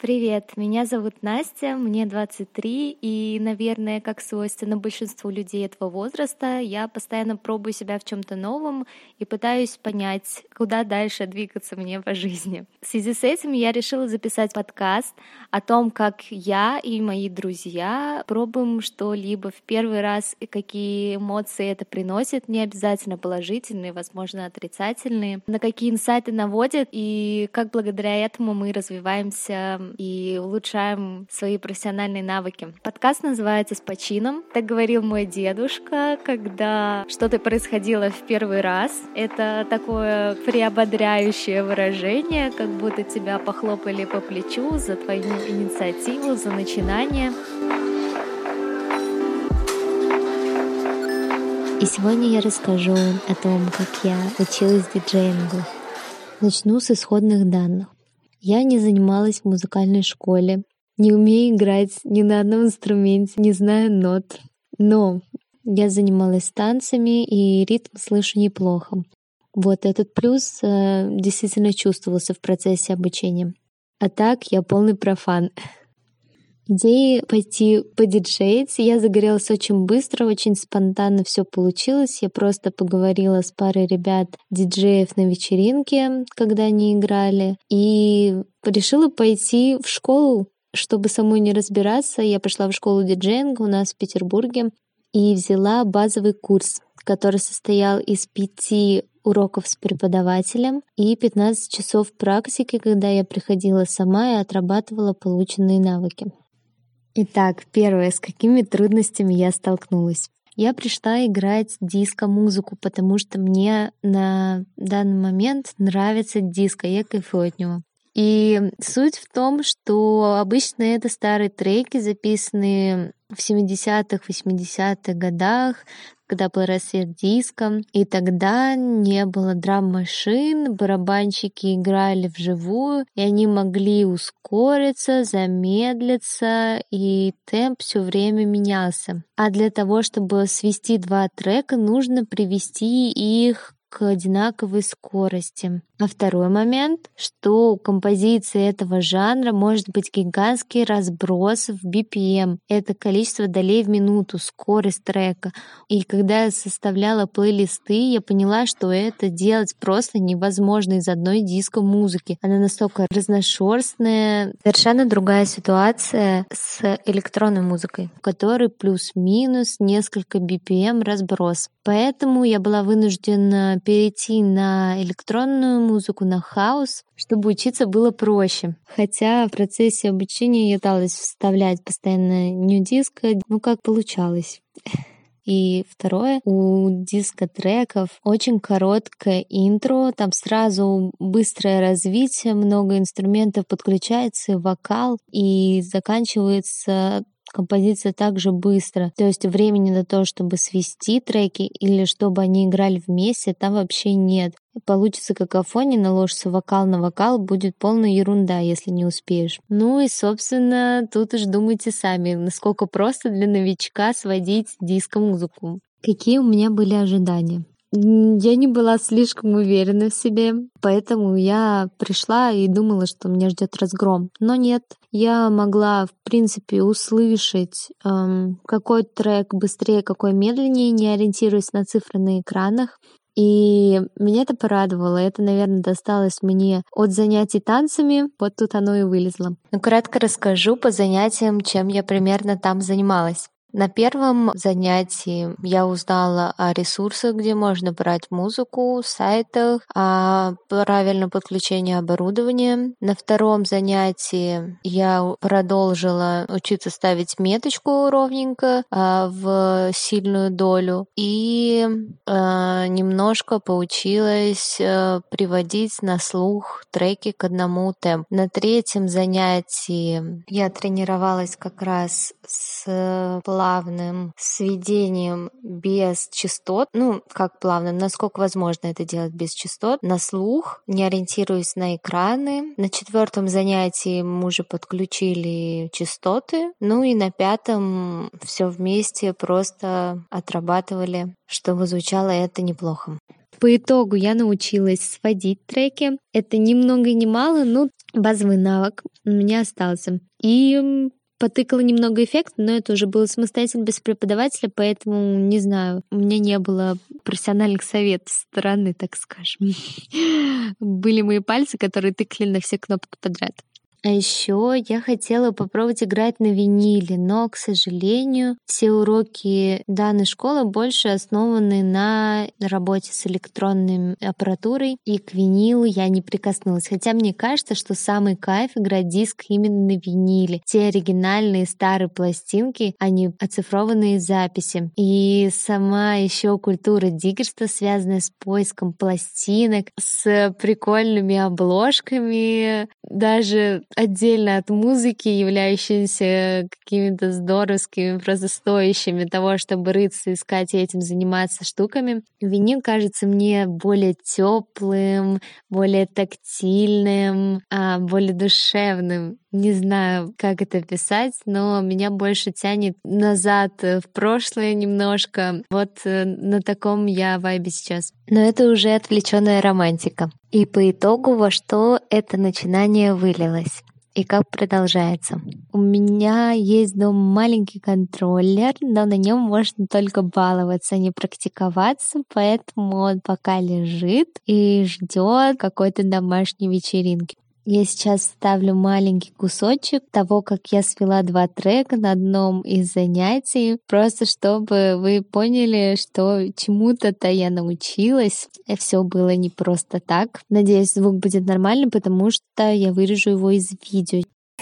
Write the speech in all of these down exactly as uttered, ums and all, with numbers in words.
Привет, меня зовут Настя, мне двадцать три, и, наверное, как свойственно большинству людей этого возраста, я постоянно пробую себя в чем-то новом и пытаюсь понять, куда дальше двигаться мне по жизни. В связи с этим я решила записать подкаст о том, как я и мои друзья пробуем что-либо в первый раз и какие эмоции это приносит, не обязательно положительные, возможно, отрицательные, на какие инсайты наводят и как благодаря этому мы развиваемся и улучшаем свои профессиональные навыки. Подкаст называется «С почином». Так говорил мой дедушка, когда что-то происходило в первый раз. Это такое приободряющее выражение, как будто тебя похлопали по плечу за твою инициативу, за начинание. И сегодня я расскажу о том, как я училась диджеингу. Начну с исходных данных. Я не занималась в музыкальной школе, не умею играть ни на одном инструменте, не знаю нот. Но я занималась танцами и ритм слышу неплохо. Вот этот плюс э, действительно чувствовался в процессе обучения. А так я полный профан. Идеей пойти подиджеить я загорелась очень быстро, очень спонтанно все получилось. Я просто поговорила с парой ребят, диджеев на вечеринке, когда они играли, и решила пойти в школу, чтобы самой не разбираться. Я пошла в школу диджеинга у нас в Петербурге и взяла базовый курс, который состоял из пяти уроков с преподавателем и пятнадцать часов практики, когда я приходила сама и отрабатывала полученные навыки. Итак, первое, с какими трудностями я столкнулась. Я пришла играть диско-музыку, потому что мне на данный момент нравится диско, я кайфую от него. И суть в том, что обычно это старые треки, записанные в семидесятых, восьмидесятых годах, когда был рассвет диска, и тогда не было драм-машин, барабанщики играли вживую, и они могли ускориться, замедлиться, и темп все время менялся. А для того, чтобы свести два трека, нужно привести их к одинаковой скорости. А второй момент, что у композиции этого жанра может быть гигантский разброс в би пи эм. Это количество долей в минуту, скорость трека. И когда я составляла плейлисты, я поняла, что это делать просто невозможно из одной диско-музыки. Она настолько разношерстная. Совершенно другая ситуация с электронной музыкой, в которой плюс-минус несколько би пи эм разброс. Поэтому я была вынуждена перейти на электронную музыку, на хаус, чтобы учиться было проще. Хотя в процессе обучения я пыталась вставлять постоянно нью-диско, ну как получалось. И второе, у диско-треков очень короткое интро, там сразу быстрое развитие, много инструментов подключается, и вокал, и заканчивается композиция также быстро. То есть времени на то, чтобы свести треки или чтобы они играли вместе, там вообще нет. Получится какофония, наложится вокал на вокал, будет полная ерунда, если не успеешь. Ну и, собственно, тут уж думайте сами, насколько просто для новичка сводить диско-музыку. Какие у меня были ожидания? Я не была слишком уверена в себе, поэтому я пришла и думала, что меня ждет разгром. Но нет, я могла, в принципе, услышать, эм, какой трек быстрее, какой медленнее, не ориентируясь на цифры на экранах. И меня это порадовало. Это, наверное, досталось мне от занятий танцами. Вот тут оно и вылезло. Ну, кратко расскажу по занятиям, чем я примерно там занималась. На первом занятии я узнала о ресурсах, где можно брать музыку, сайтах, о правильном подключении оборудования. На втором занятии я продолжила учиться ставить меточку ровненько а, в сильную долю и а, немножко поучилась а, приводить на слух треки к одному темпу. На третьем занятии я тренировалась как раз с плавным сведением без частот, ну, как плавным, насколько возможно это делать без частот, на слух, не ориентируясь на экраны. На четвертом занятии мы уже подключили частоты, ну и на пятом все вместе просто отрабатывали, чтобы звучало это неплохо. По итогу я научилась сводить треки. Это ни много ни мало, но базовый навык у меня остался. И потыкала немного эффектов, но это уже было самостоятельно без преподавателя, поэтому, не знаю, у меня не было профессиональных советов со стороны, так скажем. Были мои пальцы, которые тыкали на все кнопки подряд. А еще я хотела попробовать играть на виниле, но, к сожалению, все уроки данной школы больше основаны на работе с электронной аппаратурой, и к винилу я не прикоснулась. Хотя мне кажется, что самый кайф играть диск именно на виниле. Те оригинальные старые пластинки, а не оцифрованные записи. И сама еще культура диггерства, связанная с поиском пластинок, с прикольными обложками, даже отдельно от музыки, являющимися какими-то здоровскими, просто стоящими того, чтобы рыться, искать и этим заниматься штуками. Винил кажется мне более теплым, более тактильным, более душевным. Не знаю, как это писать, но меня больше тянет назад в прошлое немножко. Вот на таком я вайбе сейчас. Но это уже отвлеченная романтика. И по итогу во что это начинание вылилось? И как продолжается. У меня есть дома маленький контроллер, но на нем можно только баловаться, а не практиковаться, поэтому он пока лежит и ждет какой-то домашней вечеринки. Я сейчас ставлю маленький кусочек того, как я свела два трека на одном из занятий, просто чтобы вы поняли, что чему-то-то я научилась. И все было не просто так. Надеюсь, звук будет нормальный, потому что я вырежу его из видео.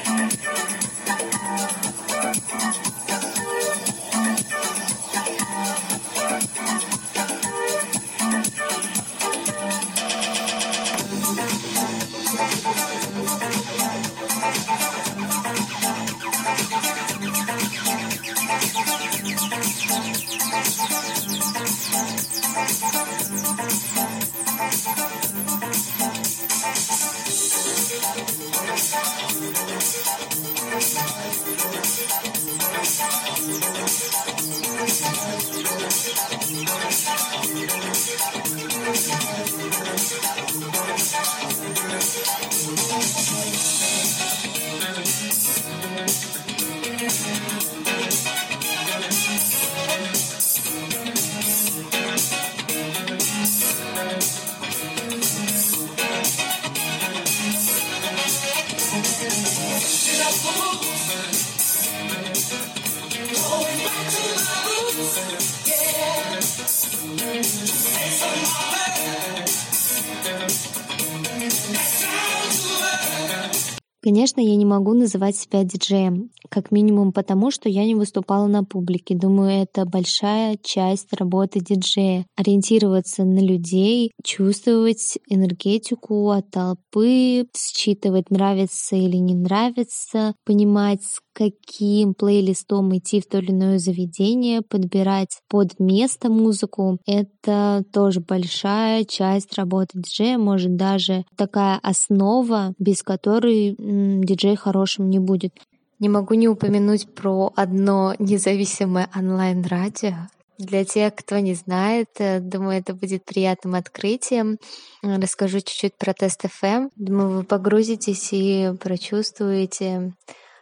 Конечно, я не могу называть себя диджеем, как минимум потому, что я не выступала на публике. Думаю, это большая часть работы диджея. Ориентироваться на людей, чувствовать энергетику от толпы, считывать, нравится или не нравится, понимать, с каким плейлистом идти в то или иное заведение, подбирать под место музыку. Это тоже большая часть работы диджея, может даже такая основа, без которой диджей хорошим не будет. Не могу не упомянуть про одно независимое онлайн-радио. Для тех, кто не знает, думаю, это будет приятным открытием. Расскажу чуть-чуть про Тест эф эм. Думаю, вы погрузитесь и прочувствуете,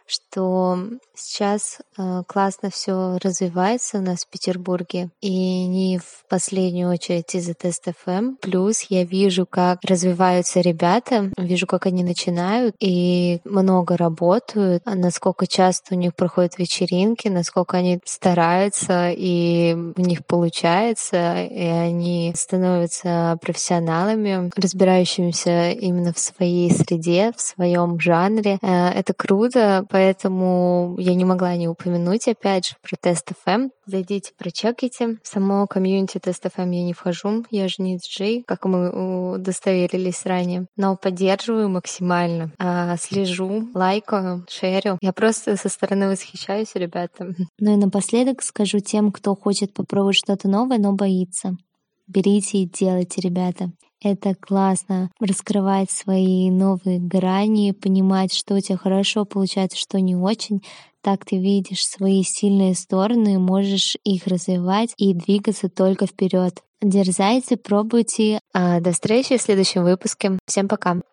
что сейчас э, классно все развивается у нас в Петербурге, и не в последнюю очередь из-за Тест эф эм. Плюс я вижу, как развиваются ребята, вижу, как они начинают и много работают, насколько часто у них проходят вечеринки, насколько они стараются и у них получается, и они становятся профессионалами, разбирающимися именно в своей среде, в своем жанре. Э, это круто, поэтому я не могла не упомянуть, опять же, про Тест эф эм. Зайдите, прочекайте. В само комьюнити Тест эф эм я не вхожу, я же не диджей, как мы удостоверились ранее, но поддерживаю максимально, слежу, лайкаю, шерю. Я просто со стороны восхищаюсь, ребята. Ну и напоследок скажу тем, кто хочет попробовать что-то новое, но боится. Берите и делайте, ребята. Это классно раскрывать свои новые грани, понимать, что у тебя хорошо получается, что не очень. Так ты видишь свои сильные стороны, можешь их развивать и двигаться только вперед. Дерзайте, пробуйте. А, До встречи в следующем выпуске. Всем пока.